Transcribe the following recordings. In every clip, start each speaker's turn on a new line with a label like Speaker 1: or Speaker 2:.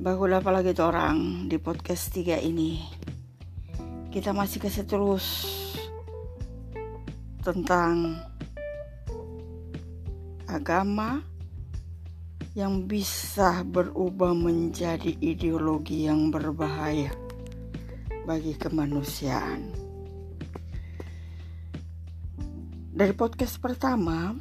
Speaker 1: Bagus apa lagi tuh orang di podcast 3 ini. Kita masih kasih terus tentang agama yang bisa berubah menjadi ideologi yang berbahaya bagi kemanusiaan. Dari podcast pertama,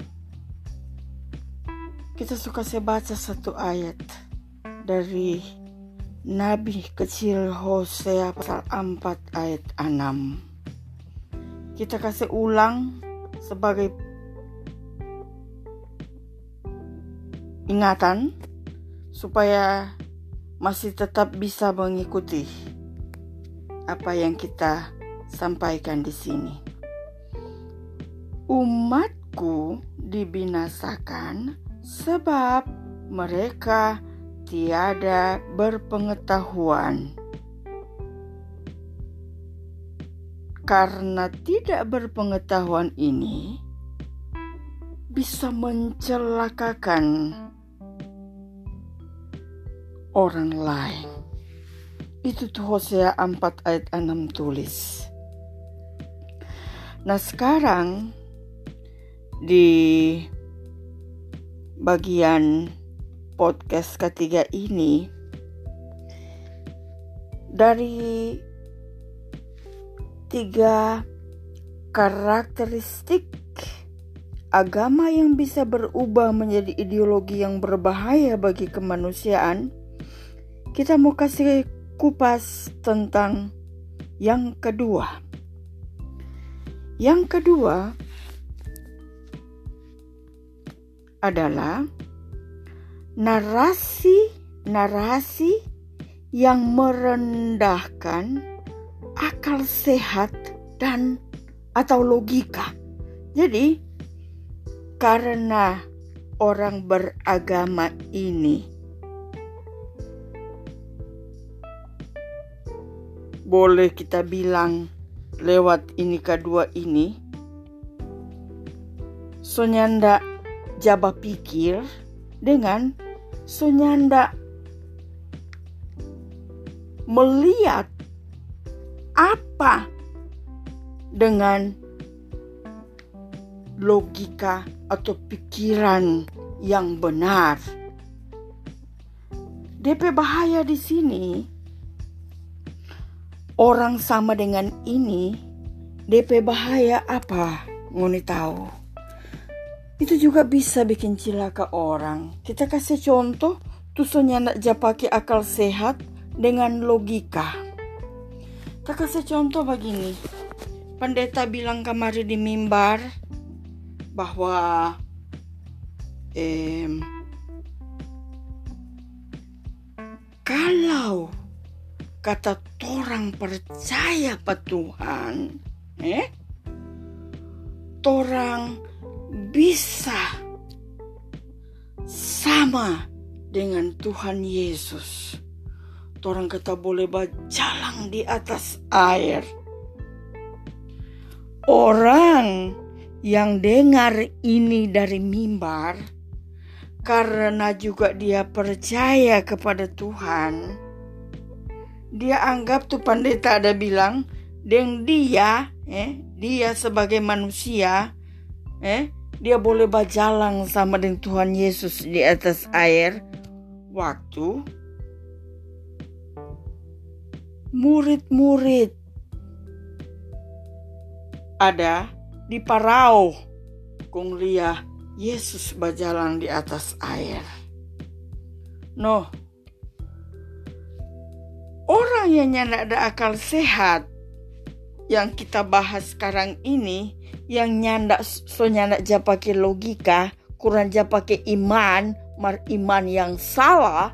Speaker 1: kita suka baca satu ayat dari Nabi kecil Hosea pasal 4 ayat 6. Kita kasih ulang sebagai ingatan supaya masih tetap bisa mengikuti apa yang kita sampaikan di sini. Umatku dibinasakan sebab mereka tiada berpengetahuan. Karena tidak berpengetahuan ini bisa mencelakakan orang lain. Itu tuh Hosea 4 ayat 6 tulis. Nah sekarang di bagian podcast ketiga ini, dari 3 karakteristik agama yang bisa berubah menjadi ideologi yang berbahaya bagi kemanusiaan, kita mau kasih kupas tentang yang kedua. Yang kedua adalah narasi yang merendahkan akal sehat dan atau logika. Jadi karena orang beragama ini boleh kita bilang lewat ini kedua ini sonyanda jaba pikir dengan sonyanda melihat apa dengan logika atau pikiran yang benar. DP bahaya di sini, orang sama dengan ini, DP bahaya apa? Ngoni tahu. Itu juga bisa bikin cilaka orang. Kita kasih contoh, tusonya nak japaki akal sehat dengan logika. Kita kasih contoh begini. Pendeta bilang kemarin di mimbar bahwa kalau kata torang percaya pada Tuhan, torang bisa sama dengan Tuhan Yesus. Torang kata boleh berjalan di atas air. Orang yang dengar ini dari mimbar karena juga dia percaya kepada Tuhan, dia anggap tuh pendeta ada bilang, dan dia sebagai manusia, dia boleh berjalan sama dengan Tuhan Yesus di atas air. Waktu murid-murid ada di parau kong lihat Yesus berjalan di atas air. Orang yang tidak ada akal sehat yang kita bahas sekarang ini, yang nyanda japake logika, kurang japake iman yang salah,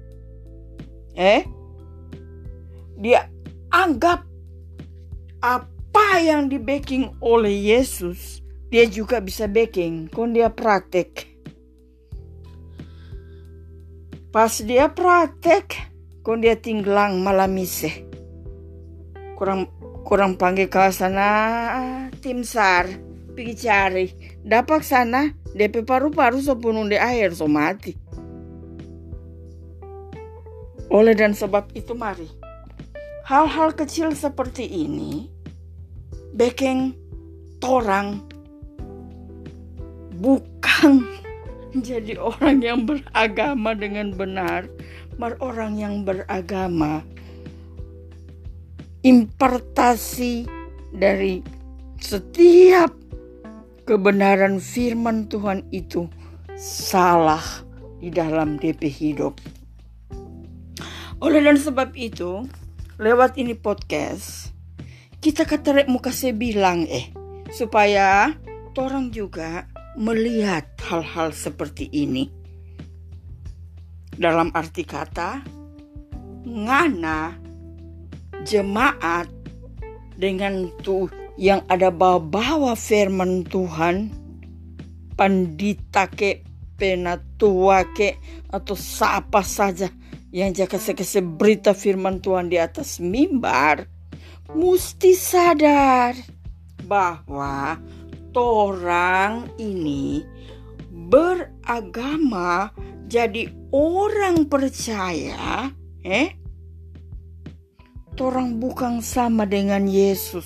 Speaker 1: dia anggap apa yang di backing oleh Yesus dia juga bisa backing, kon dia praktek. Pas dia praktek, kon dia tinggalang malamise. Kurang panggil ke sana tim SAR pergi cari. Dapat sana DP paru-paru sepenuh di air so mati. Oleh dan sebab itu mari, hal-hal kecil seperti ini bikin torang bukan jadi orang yang beragama dengan benar, mar orang yang beragama impartasi dari setiap kebenaran firman Tuhan itu salah di dalam DP hidup. Oleh dan sebab itu, lewat ini podcast, kita katerek muka bilang supaya orang juga melihat hal-hal seperti ini. Dalam arti kata, ngana jemaat dengan tuh yang ada bawa firman Tuhan, pandita ke, penatua ke, atau siapa saja yang jaga sekese berita firman Tuhan di atas mimbar, mesti sadar bahwa orang ini beragama jadi orang percaya, orang bukan sama dengan Yesus.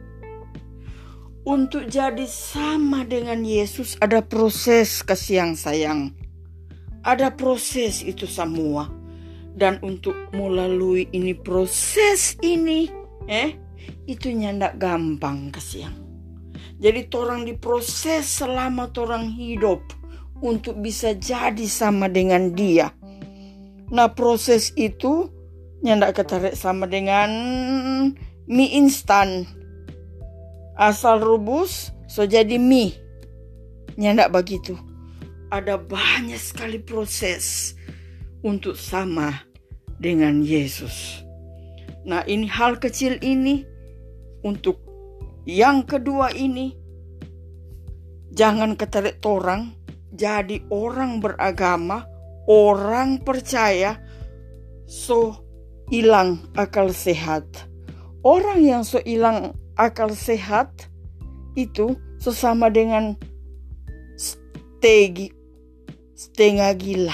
Speaker 1: Untuk jadi sama dengan Yesus ada proses kasih sayang. Ada proses itu semua. Dan untuk melalui ini proses ini, itu ndak gampang kasih. Jadi orang diproses selama orang hidup untuk bisa jadi sama dengan dia. Nah proses itu ndak ketarik sama dengan mie instan. Asal rebus so jadi mie. Ndak begitu. Ada banyak sekali proses untuk sama dengan Yesus. Nah ini hal kecil ini. Untuk yang kedua ini, jangan ketarik orang jadi orang beragama, orang percaya, so hilang akal sehat. Orang yang so hilang akal sehat itu sesama dengan setengah gila.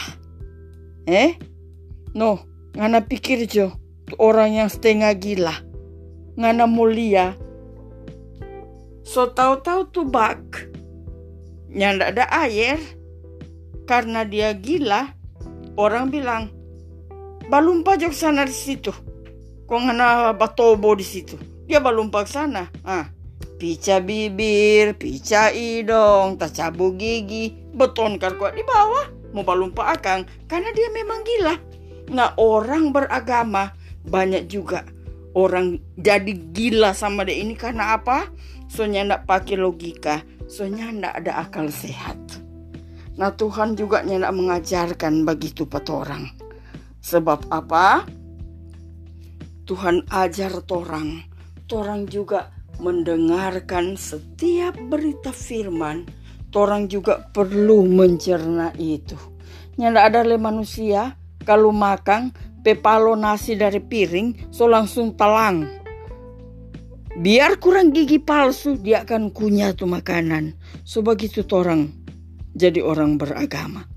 Speaker 1: No, ngana pikir jo, orang yang setengah gila, ngana mulia, so tahu-tahu tuh bak, ndak ada air, karena dia gila, orang bilang, balumpa jok sana di situ, kok ngana batobo di situ, dia balumpa sana, pica bibir, pica hidung, tacabu gigi, beton karkuat di bawah. Mau balumpa akang karena dia memang gila. Nah orang beragama banyak juga orang jadi gila sama dia ini karena apa? Soalnya ndak pakai logika, soalnya ndak ada akal sehat. Nah Tuhan juga ndak mengajarkan begitu pada orang. Sebab apa? Tuhan ajar orang juga mendengarkan setiap berita firman. Orang juga perlu mencerna itu. Ndak ada le manusia kalau makan pepalo nasi dari piring so langsung telang. Biar kurang gigi palsu dia akan kunyah tuh makanan. So begitu orang jadi orang beragama.